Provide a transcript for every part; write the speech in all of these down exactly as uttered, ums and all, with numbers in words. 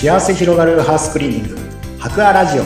幸せ広がるハウスクリーニング、博アラジオ。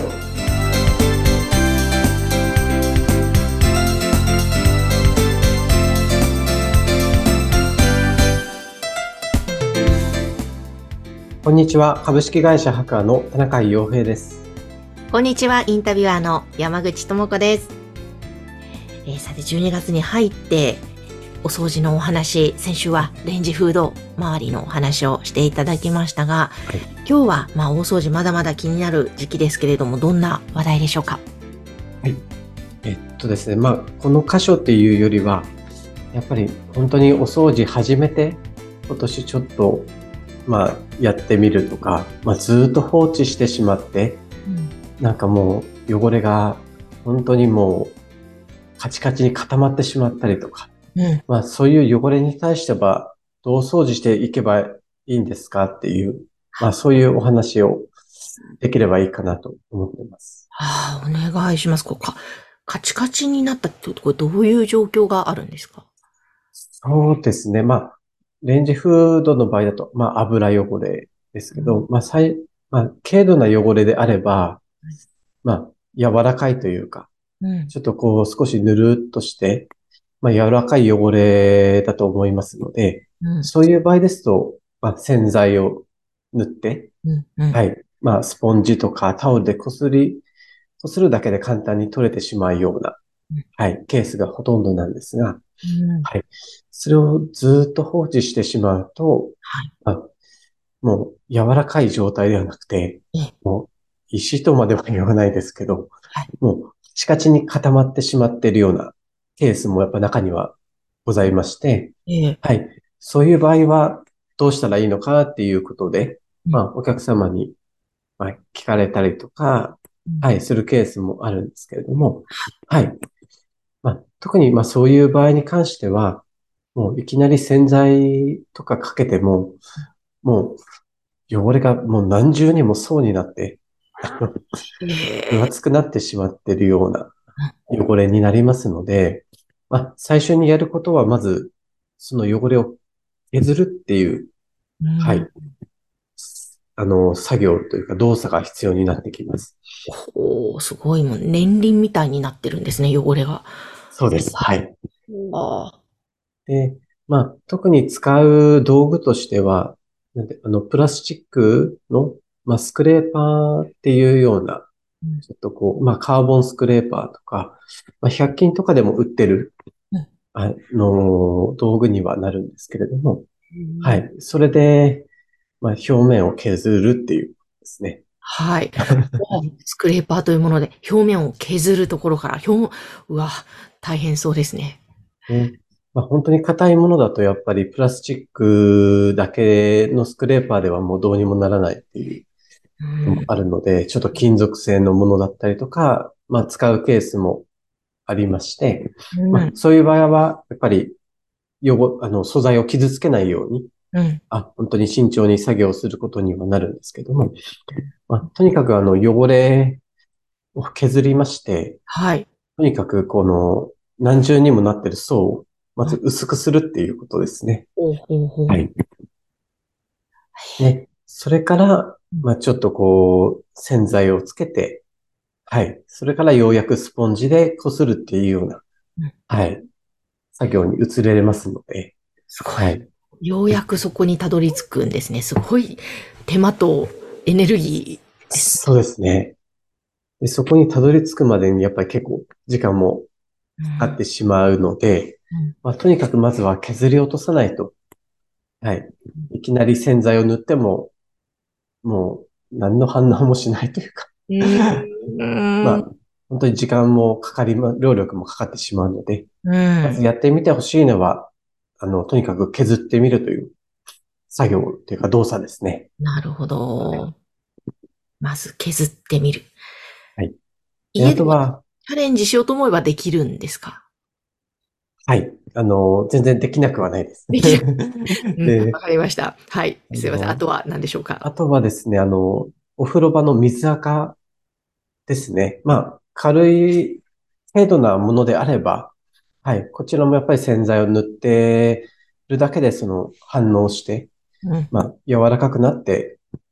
こんにちは。株式会社博アの田中洋平です。 こんにちは。インタビュアーの山口智子です。えー、さてじゅうにがつに入ってお掃除のお話、先週はレンジフード周りのお話をしていただきましたが、はい、今日はまあ大掃除まだまだ気になる時期ですけれども、どんな話題でしょうか？ はい。えっとですね、まあこの箇所っていうよりは、やっぱり本当にお掃除始めて今年ちょっとまあやってみるとか、まあずっと放置してしまって、うん、なんかもう汚れが本当にもうカチカチに固まってしまったりとか、うん、まあそういう汚れに対してはどう掃除していけばいいんですかっていう、まあそういうお話をできればいいかなと思っています。 はあ、お願いします。こうかカチカチになったってこれどういう状況があるんですか？ そうですね。まあ、レンジフードの場合だと、まあ油汚れですけど、うん、まあ最、まあ軽度な汚れであれば、まあ柔らかいというか、うん、ちょっとこう少しぬるっとして、まあ柔らかい汚れだと思いますので、うん、そういう場合ですと、まあ洗剤を塗って、うんうん、はい。まあスポンジとかタオルでこすり、こするだけで簡単に取れてしまうような、はい、ケースがほとんどなんですが、うん、はい。それをずっと放置してしまうと、はい、あもう柔らかい状態ではなくて、もう石とまでは言わないですけど、はい、もうカチカチに固まってしまっているようなケースもやっぱ中にはございまして、えはい。そういう場合はどうしたらいいのかっていうことで、うん、まあ、お客様にまあ聞かれたりとか、うん、はい、するケースもあるんですけれども、はい。まあ、特にまあそういう場合に関しては、もういきなり洗剤とかかけても、もう汚れがもう何重にも層になって、分厚くなってしまっているような汚れになりますので、まあ、最初にやることはまず、その汚れを削るっていう、はい、あの、作業というか動作が必要になってきます。 おー、すごい。もう年輪みたいになってるんですね、汚れが。 そうです。はい。 あで、まあ、特に使う道具としては、なんであの、プラスチックの、まあ、スクレーパーっていうような、ちょっとこう、まあ、カーボンスクレーパーとか、まあ、ひゃく均とかでも売ってる、あの、道具にはなるんですけれども、はい。それで、まあ、表面を削るっていうですね。 はい。スクレーパーというもので表面を削るところから、表、うわ、大変そうですね。 ねまあ、本当に硬いものだとやっぱりプラスチックだけのスクレーパーではもうどうにもならないっていうのもあるので、ちょっと金属製のものだったりとか、まあ使うケースもありまして、まあそういう場合はやっぱり汚、あの素材を傷つけないように、うん、あ、本当に慎重に作業することにはなるんですけども、まあ、とにかくあの汚れを削りまして、はい。とにかくこの何重にもなってる層をまず薄くするっていうことですね。はい。ね、それから、まあちょっとこう洗剤をつけて、はい。それからようやくスポンジでこするっていうような、はい。作業に移れますので。 すごい。はい。ようやくそこにたどり着くんですね。すごい手間とエネルギーです。 そうですね。でそこにたどり着くまでにやっぱり結構時間もかかってしまうので、うんまあ、とにかくまずは削り落とさないと、はい。いきなり洗剤を塗っても、もう何の反応もしないというかまあ、本当に時間もかかりま、労力もかかってしまうので、うん、まずやってみてほしいのは、あの、とにかく削ってみるという作業というか動作ですね。 なるほど。はい、まず削ってみる。 はい。 家ではチャレンジしようと思えばできるんですか？ はい。あの、全然できなくはないです。 できる。うん、わかりました。はい。すいません。あとは何でしょうか？ あとはですね、あの、お風呂場の水垢ですね。まあ、軽い程度なものであれば、はい。こちらもやっぱり洗剤を塗ってるだけでその反応して、うん、まあ、柔らかくなって、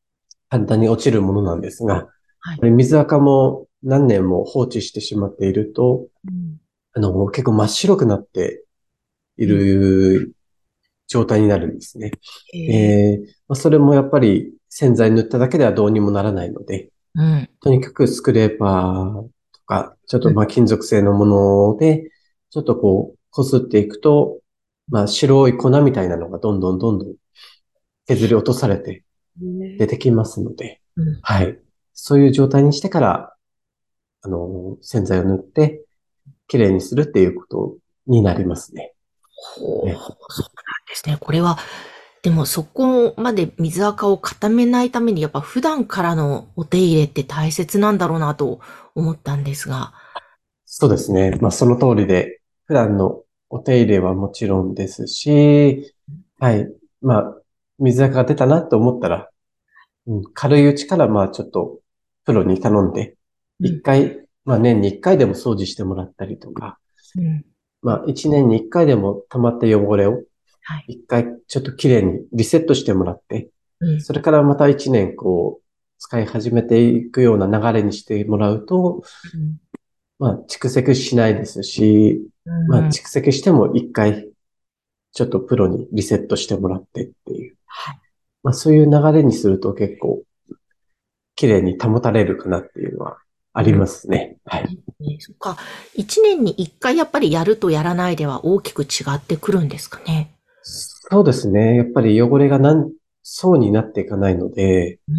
簡単に落ちるものなんですが、 はい。 これ水垢も何年も放置してしまっていると、 うん。 あの、結構真っ白くなっていうん。 る状態になるんですね。 へえ。 で、まあ、それもやっぱり洗剤塗っただけではどうにもならないので、 うん。 とにかくスクレーパーとか、ちょっうん。 とまあ金属製のもので、ちょっとこう、こすっていくと、まあ白い粉みたいなのがどんどんどんどん削り落とされて出てきますので、 うん。 はい。そういう状態にしてから、あの、洗剤を塗ってきれいにするっていうことになりますね。 ほう、 ね。 そうなんですね。これは、でもそこまで水垢を固めないために、やっぱ普段からのお手入れって大切なんだろうなと思ったんですが。 そうですね。まあその通りで、普段のお手入れはもちろんですし、はい。まあ、水垢が出たなと思ったら、うん、軽いうちから、まあちょっと、プロに頼んで、 うん。 一回、まあ年に一回でも掃除してもらったりとか、 うん。 まあ一年に一回でも溜まった汚れをはい。 一回ちょっときれいにリセットしてもらって、 うん。 それからまた一年こう、使い始めていくような流れにしてもらうと、 うん。 まあ蓄積しないですし、 うまあん。 蓄積しても一回ちょっとプロにリセットしてもらってっていう、 はい。 まあそういう流れにすると結構綺麗に保たれるかなっていうのはありうん。 ますね。はい。 ね、そっか。一年に一回やっぱりやるとやらないでは大きく違ってくるんですかね。 そうですね。やっぱり汚れが何層になっていかないので、 うん。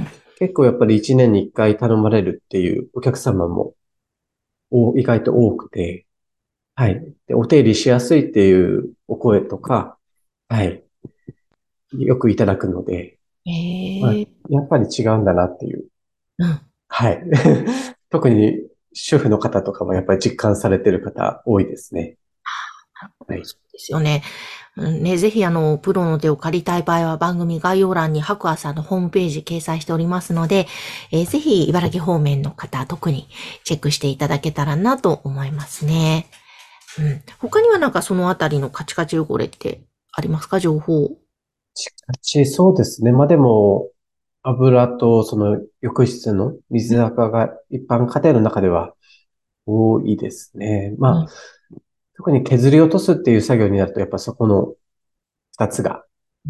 結構やっぱり一年に一回頼まれるっていうお客様もお意外と多くて、はい。で、お手入りしやすいっていうお声とか、はい。よくいただくので、まあ、 ええ。 やっぱり違うんだなっていう。 うん。 はい。特に主婦の方とかはやっぱり実感されてる方多いですね。 なるほど、 はい。 そうですよね。うん、ね、ぜひあの、プロの手を借りたい場合は番組概要欄に白亜さんのホームページ掲載しておりますので、えーぜひ茨城方面の方、特にチェックしていただけたらなと思いますね。うん。他にはなんかそのあたりのカチカチ汚れってありますか、情報？ しかし、そうですね。まあでも、油とその浴室の水垢が一般家庭の中では多いですね。まあ、 うん。 特に削り落とすっていう作業になると、やっぱそこの二つがうん。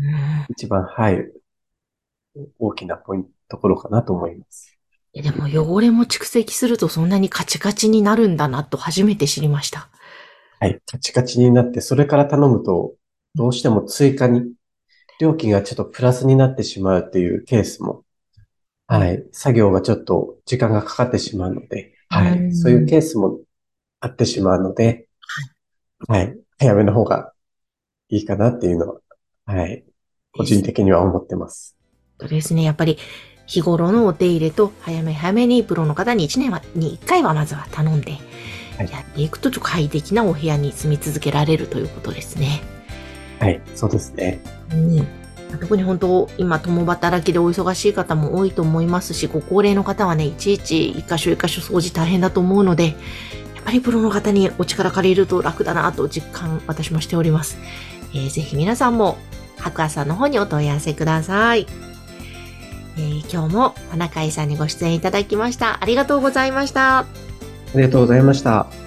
一番、はい、大きなポイント、ところかなと思います。 え、でも汚れも蓄積するとそんなにカチカチになるんだなと初めて知りました。 はい、カチカチになって、それから頼むと、どうしても追加に、料金がちょっとプラスになってしまうっていうケースも、 うん。 はい、作業がちょっと時間がかかってしまうので、 うはい、そういうん。 ケースもあってしまうので、はい、早めの方がいいかなっていうのは、はい、個人です。 的には思ってます。 そうですね。やっぱり日頃のお手入れと早め早めにプロの方にいちねんにいっかいはまずは頼んではい、 やっていくと快適なお部屋に住み続けられるということですね。 はい、そうですね。 うん。特に本当、今共働きでお忙しい方も多いと思いますし、ご高齢の方はね、いちいち一箇所一箇所掃除大変だと思うので、やっぱりプロの方にお力借りると楽だなと実感私もしております。えーぜひ皆さんも白亜さんの方にお問い合わせください。えー今日も花海さんにご出演いただきました。ありがとうございました。 ありがとうございました。